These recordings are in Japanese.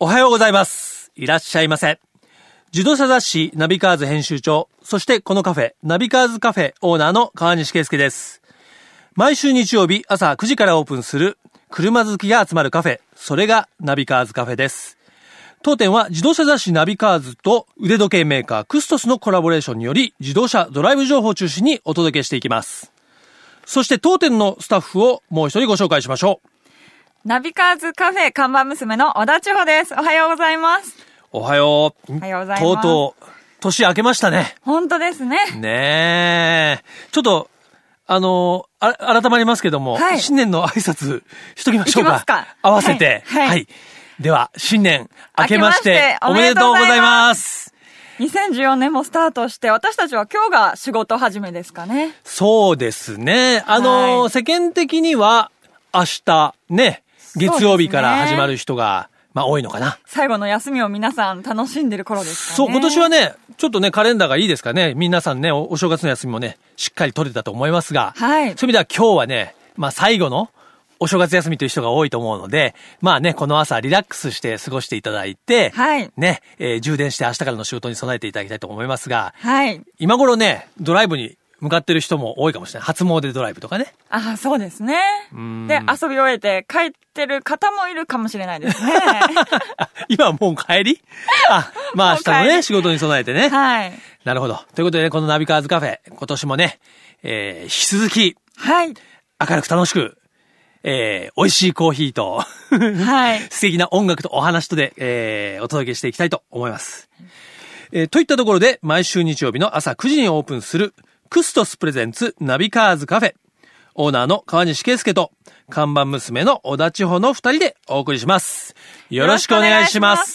おはようございます。いらっしゃいませ。自動車雑誌ナビカーズ編集長、そしてこのカフェ、ナビカーズカフェオーナーの川西圭介です。毎週日曜日朝9時からオープンする車好きが集まるカフェ、それがナビカーズカフェです。当店は自動車雑誌ナビカーズと腕時計メーカークストスのコラボレーションにより自動車ドライブ情報を中心にお届けしていきます。そして当店のスタッフをもう一人ご紹介しましょう。 ナビカーズカフェ看板娘の小田千穂です。おはようございます。 おはよう。 おはようございます。 とうとう年明けましたね。 本当ですね。 ねえ。ちょっと改まりますけども、はい、新年の挨拶しときましょうか。 いきますか。 合わせて、はい。はい。では新年明けましておめでとうございます。 2014年もスタートして、私たちは今日が仕事始めですかね。 そうですね。世間的には明日ね、月曜日から始まる人が、多いのかな。 最後の休みを皆さん楽しんでる頃ですかね。 そう、今年はね、ちょっとね、カレンダーがいいですかね。皆さんね、お正月の休みもね、しっかり取れたと思いますが、はい。そういう意味では今日はね、最後のお正月休みという人が多いと思うので、この朝リラックスして過ごしていただいて、はい。ね、充電して明日からの仕事に備えていただきたいと思いますが、はい。今頃ね、ドライブに向かってる人も多いかもしれない。初詣ドライブとかね。 ああ、そうですね。で、遊び終えて帰ってる方もいるかもしれないですね。 今はもう帰り明日のね、仕事に備えてね。はい。なるほど。ということでね、このナビカーズカフェ、今年もね、引き続き、はい。明るく楽しく、美味しいコーヒーと、はい。素敵な音楽とお話とで、お届けしていきたいと思います。といったところで、毎週日曜日の朝9時にオープンする、クストスプレゼンツナビカーズカフェ。オーナーの川西圭介と看板娘の小田千穂の二人でお送りします。よろしくお願いします。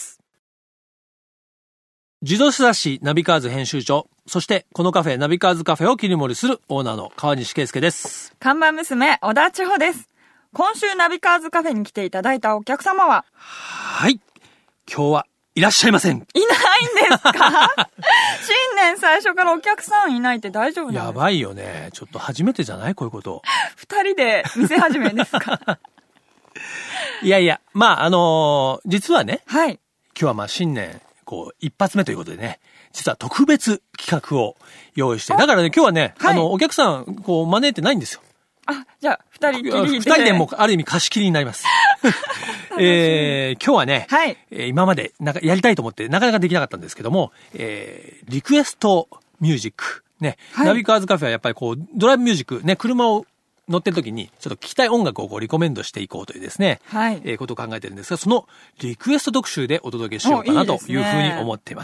自動車雑誌ナビカーズ編集長、そしてこのカフェナビカーズカフェを切り盛りするオーナーの川西圭介です。 看板娘小田千穂です。今週ナビカーズカフェに来ていただいたお客様は、 はい。今日はいらっしゃいません。 いないんですか？新年最初からお客さんいないって大丈夫なんですか？ やばいよね。ちょっと初めてじゃないこういうこと。 二人で店始めですか？ いやいや、実はね、はい。今日は新年、一発目ということでね、実は特別企画を用意して、だからね、今日はね、はい、お客さん、招いてないんですよ。 あ、じゃあ、二人きりで。 二人でもある意味貸し切りになります。今日はね、はい、今までやりたいと思ってなかなかできなかったんですけども、リクエストミュージック。ね、はい、ナビカーズカフェはやっぱりドライブミュージック、ね、車を乗ってる時にちょっと聞きたい音楽をリコメンドしていこうというですね、はい、ことを考えてるんですが、そのリクエスト特集でお届けしようかなというふうに思っています。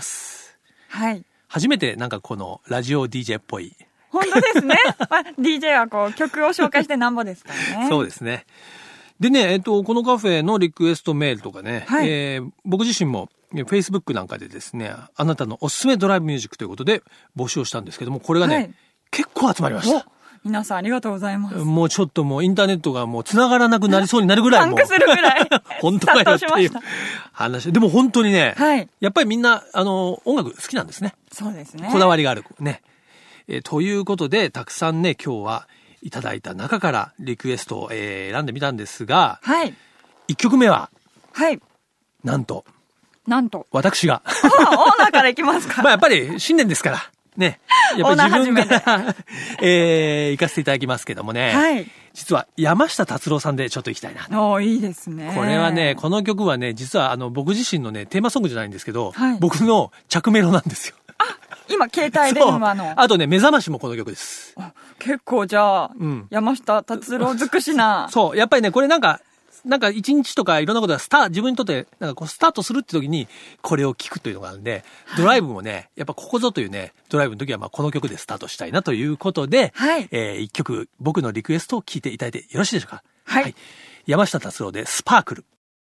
はい。初めてこのラジオ DJ っぽい。 本当ですね。DJ は曲を紹介してなんぼですからね。 そうですね。でね、このカフェのリクエストメールとかね、はい、僕自身も Facebook なんかでですね、あなたのおすすめドライブミュージックということで募集をしたんですけども、これがね、はい、結構集まりました。 皆さんありがとうございます。 もうちょっとインターネットが繋がらなくなりそうになるぐらいもう。 パンクするぐらい。 本当かよっていう話。でも本当にね、はい、やっぱりみんな、音楽好きなんですね。 そうですね。 こだわりがある。ね。ということで、たくさんね、今日はいただいた中からリクエストを、選んでみたんですが、はい。1曲目は、はい。なんと、私が。 オーナーからいきますか？ やっぱり新年ですから、ね。やっぱり自分から行かせていただきますけどもね。はい。実は山下達郎さんでちょっと行きたいな。 いいですね。 これはね、この曲はね、実は僕自身のね、テーマソングじゃないんですけど、はい、僕の着メロなんですよ。 今、携帯電話の。 あとね、目覚ましもこの曲です。 結構じゃあ、山下達郎尽くしな。 そう、やっぱりね、これ一日とかいろんなことが自分にとって、スタートするって時に、これを聴くというのがあるんで、ドライブもね、やっぱここぞというね、ドライブの時はこの曲でスタートしたいなということで、はい。一曲、僕のリクエストを聴いていただいてよろしいでしょうか？はい。はい、山下達郎でスパークル。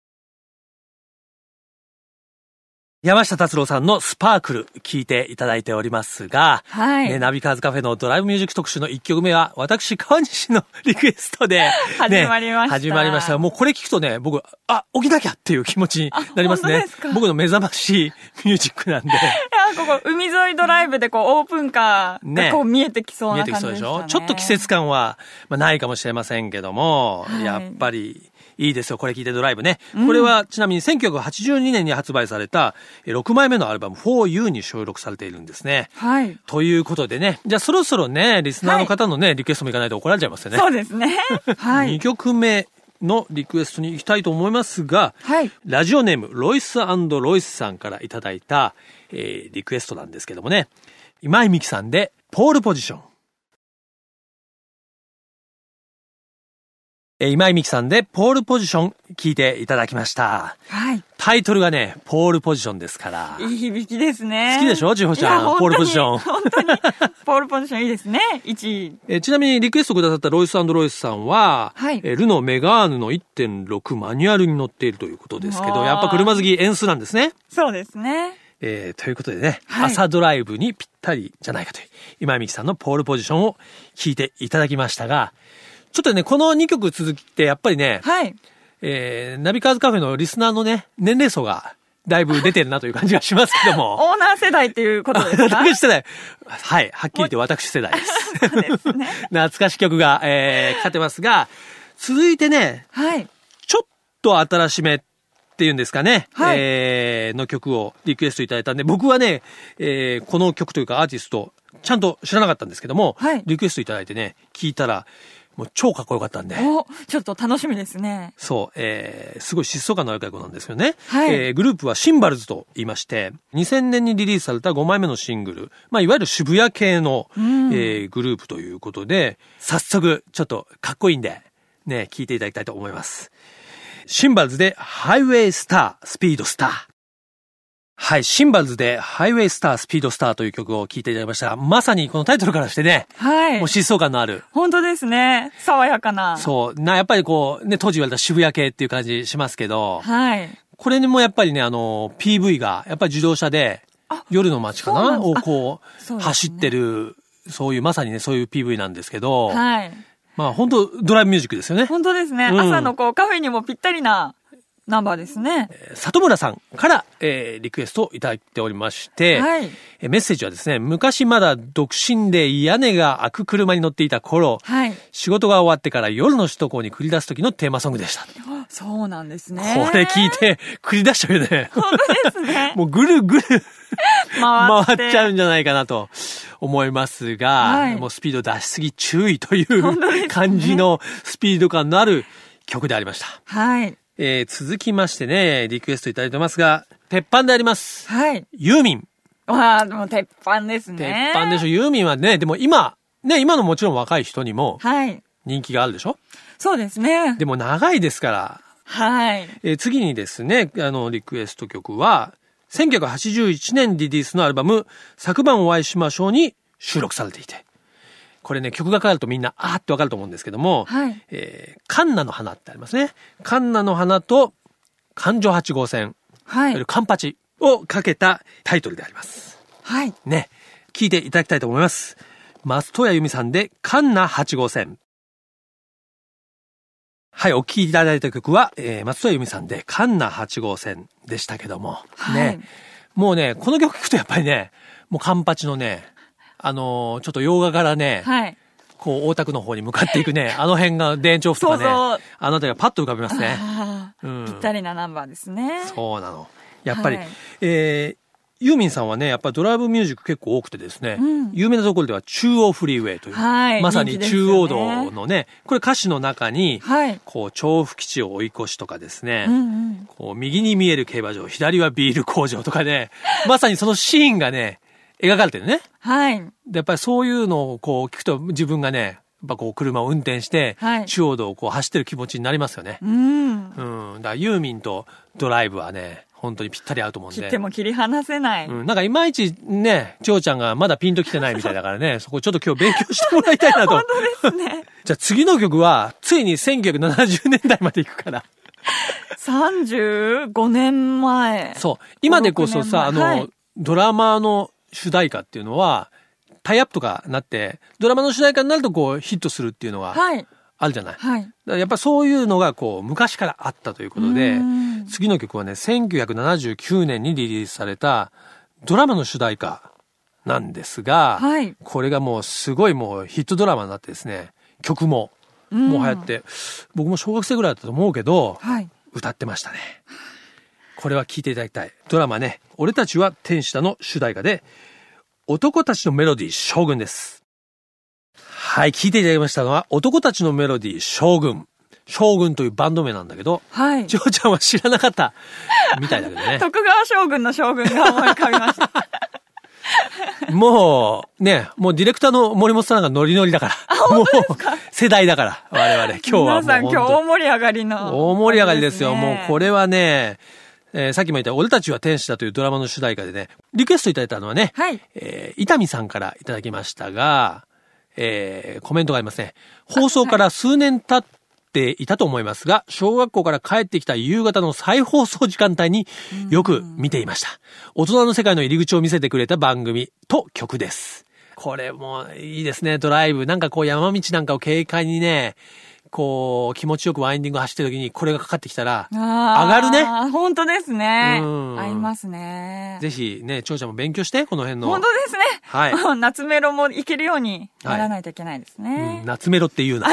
山下達郎さんのスパークル聞いていただいておりますが、はい。ね、ナビカーズカフェのドライブミュージック特集の1曲目は、私、川西のリクエストで、 始まりました。 始まりました。もうこれ聞くとね、僕、起きなきゃっていう気持ちになりますね。僕の目覚ましミュージックなんで。いや、 ここ、海沿いドライブでオープンカーが見えてきそうな感じでしたね。 見えてきそうでしょ？ちょっと季節感は、ないかもしれませんけども、はい、やっぱり、 いいですよ。これ聞いてドライブね。これはちなみに1982年に発売された6枚目のアルバム For You に収録されているんですね。 はい。 ということでね。じゃあそろそろね、リスナーの方のね、リクエストもいかないと怒られちゃいますよね。 そうですね。はい。 2曲目のリクエストに行きたいと思いますが、 はい。 ラジオネームロイス&ロイスさんからいただいた、リクエストなんですけどもね。今井美樹さんでポールポジション。今井美樹さんでポールポジション聞いていただきました。 はい。 タイトルがね、ポールポジションですから。 いい響きですね。 好きでしょ千穂ちゃん。ポールポジション。 本当に。ポールポジションいいですね。1位。 ちなみにリクエストくださったロイス&ロイスさんは、 はい、 ルノメガーヌの 1.6 マニュアルに載っているということですけど、やっぱ車好き演出なんですね。 そうですね。 ということでね、はい、朝ドライブにぴったりじゃないかという、今井美樹さんのポールポジションを聞いていただきましたが、ちょっとね、この2曲続きってやっぱりね、 はい。 ナビカーズカフェのリスナーのね、年齢層がだいぶ出てるなという感じがしますけども。 オーナー世代っていうことですか？ 私世代。はい。はっきり言って私世代です。そうですね。懐かしい曲が、かかってますが、続いてね、 はい。 ちょっと新しめっていうんですかね、 はい、 の曲をリクエストいただいたんで、僕はね、この曲というかアーティスト、ちゃんと知らなかったんですけども、 はい、 リクエストいただいてね、聞いたら、もう超かっこよかったんで。 ちょっと楽しみですね。 そう、すごい疾走感のある曲なんですよね。 はい、 グループはシンバルズと言いまして、2000年にリリースされた5枚目のシングル、まあ、いわゆる渋谷系の、グループということで、早速、ちょっとかっこいいんで、ね、聞いていただきたいと思います。シンバルズでハイウェイスター、スピードスター。はい、シンバルズでハイウェイスター、スピードスターという曲を聴いていただきました。まさにこのタイトルからしてね、 はい。 もう疾走感のある。 本当ですね。爽やかな。 そう。やっぱりこう、ね、当時言われた渋谷系っていう感じしますけど、 はい。 これにもやっぱりね、PV が、やっぱり自動車で、夜の街かなをこう、走ってる、そういう、まさにね、そういう PV なんですけど、 はい。 まあ本当ドライブミュージックですよね。 本当ですね。朝のこう、カフェにもぴったりな、ナンバーですね。 里村さんから、リクエストをいただいておりまして、 はい、 メッセージはですね、昔まだ独身で屋根が開く車に乗っていた頃、 はい、 仕事が終わってから夜の首都高に繰り出す時のテーマソングでした。 そうなんですね。 これ聞いて繰り出しちゃうよね。 本当ですね。 もうぐるぐる回っちゃうんじゃないかなと思いますが、はい、もうスピード出しすぎ注意という感じのスピード感のある曲でありました。 はい。 続きましてね、リクエストいただいてますが、鉄板であります。 はい。 ユーミン。 わあ、もう鉄板ですね。 鉄板でしょ。ユーミンはね、でも今のもちろん若い人にも、 はい。 人気があるでしょ。 そうですね。 でも長いですから。 はい。 次にですね、リクエスト曲は、1981年リリースのアルバム、昨晩お会いしましょうに収録されていて。これね、曲がかかるとみんな、あーってわかると思うんですけども、 はい。 カンナの花ってありますね。カンナの花と、環状8号線。 はい。 カンパチをかけたタイトルであります。 はい。 ね。聞いていただきたいと思います。松任谷由実さんで、カンナ8号線。はい、お聴きいただいた曲は、松任谷由実さんで、カンナ8号線でしたけども。 はい。 ね。もうね、この曲聴くとやっぱりね、もうカンパチのね、ちょっと洋画からね、 はい。 こう、大田区の方に向かっていくね、あの辺が田園調布とかね、あの辺りがパッと浮かびますね。 ぴったりなナンバーですね。 そうなの。やっぱり、ユーミンさんはね、やっぱりドライブミュージック結構多くてですね、有名なところでは中央フリーウェイという、まさに中央道のね、これ歌詞の中に、こう、調布基地を追い越しとかですね、こう、右に見える競馬場、左はビール工場とかね、まさにそのシーンがね、描かれてるね。 はい。 で、やっぱりそういうのをこう聞くと自分がね、やっぱこう車を運転して、中央道をこう走ってる気持ちになりますよね。だからユーミンとドライブはね、本当にぴったり合うと思うんで。 切っても切り離せない。 なんかいまいちね、千代ちゃんがまだピンと来てないみたいだからね、そこちょっと今日勉強してもらいたいなと。 本当ですね。 じゃあ次の曲は、ついに1970年代まで行くから。 35年前。 そう。今でこそさ、ドラマの主題歌っていうのは、タイアップとかなって、ドラマの主題歌になるとこうヒットするっていうのがあるじゃない。 はい。だからやっぱそういうのがこう昔からあったということで、次の曲はね、1979年にリリースされたドラマの主題歌なんですが、これがもうすごいもうヒットドラマになってですね、曲ももう流行って、僕も小学生ぐらいだったと思うけど、歌ってましたね。これは聴いていただきたい。ドラマね、俺たちは天使だの主題歌で、男たちのメロディー将軍です。はい、聴いていただきましたのは、男たちのメロディー将軍。将軍というバンド名なんだけど、ジョーちゃんは知らなかったみたいだけどね。 徳川将軍の将軍が思い浮かびました。 もう、ね、もうディレクターの森本さんがノリノリだから。もう、世代だから、我々。今日はもう。 皆さん今日大盛り上がりの。 大盛り上がりですよ。もうこれはね、さっきも言った俺たちは天使だというドラマの主題歌でね、リクエストいただいたのはね、伊丹さんからいただきましたが、コメントがありますね。放送から数年経っていたと思いますが、小学校から帰ってきた夕方の再放送時間帯によく見ていました。大人の世界の入り口を見せてくれた番組と曲です。これもいいですね、ドライブ。なんかこう山道なんかを軽快にね、こう気持ちよくワインディング走ってる時にこれがかかってきたら上がるね。 本当ですね。合いますね。 ぜひね、長ちゃんも勉強して、この辺の。 本当ですね。はい。夏メロもいけるようにならないといけないですね。 夏メロって言うな。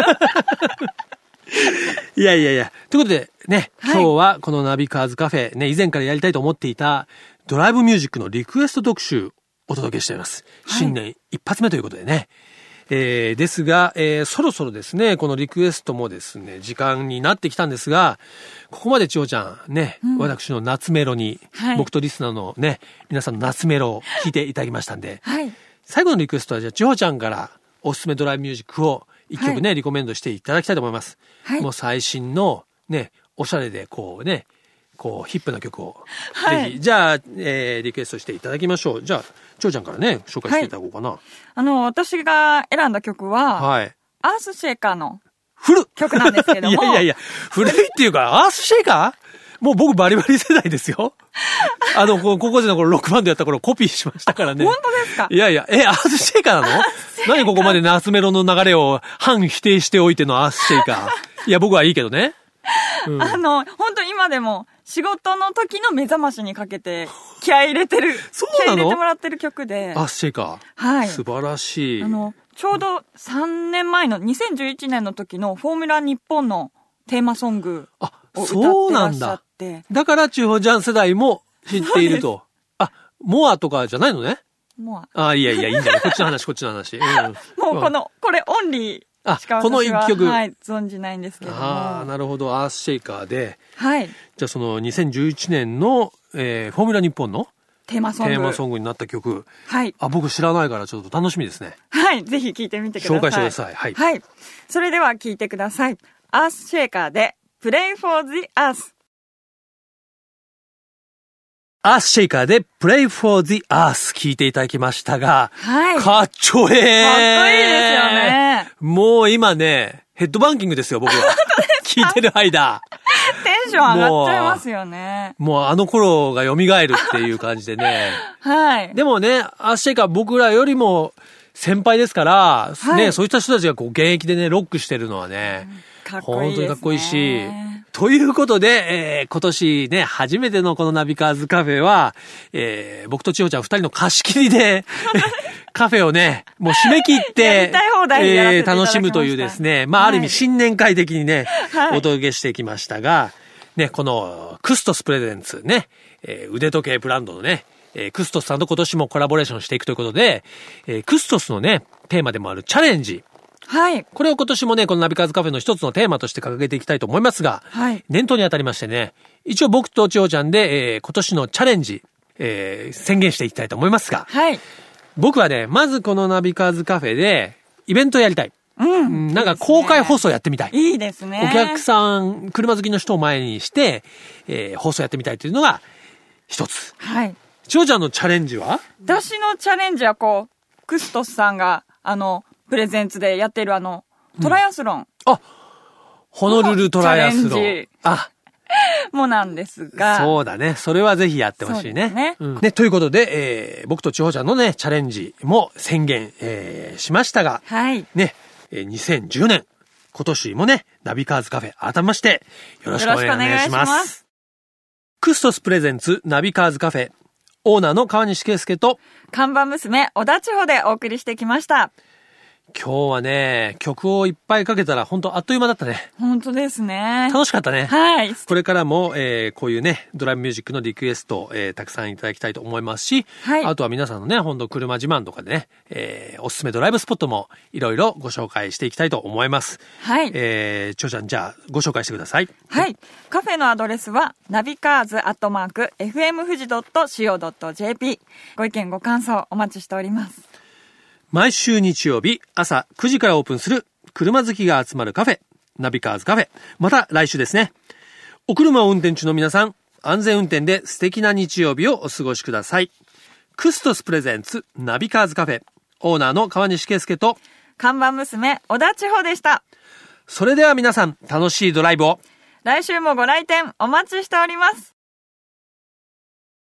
いやいやいや。ということでね、今日はこのナビカーズカフェね、以前からやりたいと思っていたドライブミュージックのリクエスト特集お届けしています。新年一発目ということでね。ですが、そろそろですね、このリクエストもですね、時間になってきたんですが、ここまで千代ちゃんね、私の夏メロに、僕とリスナーのね、皆さんの夏メロを聞いていただきましたんで、最後のリクエストはじゃあ千代ちゃんからおすすめドライブミュージックを一曲ね、リコメンドしていただきたいと思います。もう最新のね、おしゃれでこうね、こうヒップな曲を、ぜひ、じゃあ、リクエストしていただきましょう。じゃあ、千代ちゃんからね、紹介していただこうかな。 私が選んだ曲は、アースシェイカーの曲なんですけども。 いやいやいや、古いっていうか、アースシェイカーもう僕バリバリ世代ですよ。高校生の頃ロックバンドやった頃コピーしましたからね。 本当ですか？ いやいや、アースシェイカーなの？何ここまで夏メロの流れを反否定しておいてのアースシェイカー。いや、僕はいいけどね。 本当今でも仕事の時の目覚ましにかけて気合い入れてる。 そうなの？ 気合い入れてもらってる曲で。 アースシェイカー。 はい。 素晴らしい。 ちょうど3年前の2011年の時のフォーミュラ日本のテーマソングを歌ってらっしゃって。 だから千穂ちゃん世代も知っていると。モアとかじゃないのね。 モア。 いやいや、いいんだよ。こっちの話、こっちの話。 もうこれオンリーしか私は、 この一曲。 存じないんですけども。 なるほど。アースシェイカーで。 はい。 じゃあその2011年の、フォーミュラ日本のテーマソングになった曲。 はい。 僕知らないからちょっと楽しみですね。 はい。ぜひ聴いてみてください。 紹介してください。はい。 はい。それでは聴いてください。アースシェイカーで Play for the Earth。 アースシェイカーで Play for the Earth 聞いていただきましたが、 はい。 かっちょええ。 かっこいいですよね。 もう今ね、ヘッドバンキングですよ、僕は。聞いてる間。 テンション上がっちゃいますよね。 もうあの頃が蘇るっていう感じでね。 はい。 でもね、アースシェイカー僕らよりも先輩ですから、ね、そういった人たちがこう現役でね、ロックしてるのはね、本当にかっこいいし。ということで、今年ね、初めてのこのナビカーズカフェは、僕と千穂ちゃん二人の貸し切りで、カフェをね、もう締め切って、楽しむというですね、ある意味新年会的にね、お届けしてきましたが、ね、このクストスプレゼンツね、腕時計ブランドのね、クストスさんと今年もコラボレーションしていくということで、クストスのね、テーマでもあるチャレンジ。 はい。 これを今年もね、このナビカーズカフェの一つのテーマとして掲げていきたいと思いますが、念頭にあたりましてね、一応僕と千穂ちゃんで、今年のチャレンジ、宣言していきたいと思いますが、僕はね、まずこのナビカーズカフェでイベントやりたい。なんか公開放送やってみたい。 いいですね。 お客さん、車好きの人を前にして、放送やってみたいというのが一つ。 はい。 千穂ちゃんのチャレンジは？ 私のチャレンジはクストスさんが、プレゼンツでやってるトライアスロン。 ホノルルトライアスロン。 もなんですが。 そうだね。それはぜひやってほしいね。ね、ということで、僕と千穂ちゃんのね、チャレンジも宣言、しましたが、ね、2010年、今年もね、ナビカーズカフェ改めまして、よろしくお願いします。クストスプレゼンツナビカーズカフェ、オーナーの川西圭介と、 看板娘、小田千穂でお送りしてきました。 今日はね、曲をいっぱいかけたら本当あっという間だったね。 本当ですね。 楽しかったね。 はい。 これからも、こういうね、ドライブミュージックのリクエスト、たくさんいただきたいと思いますし、はい、あとは皆さんのね、本当車自慢とかでね、おすすめドライブスポットもいろいろご紹介していきたいと思います。 はい。 ちょうちゃん、じゃあご紹介してください。 はい。カフェのアドレスは、ナビカーズ@fmfuji.co.jp。ご意見ご感想お待ちしております。 毎週日曜日朝9時からオープンする車好きが集まるカフェ、ナビカーズカフェ。また来週ですね。お車を運転中の皆さん、安全運転で素敵な日曜日をお過ごしください。クストスプレゼンツナビカーズカフェ、オーナーの川西圭介と看板娘小田千穂でした。 それでは皆さん、楽しいドライブを。 来週もご来店お待ちしております。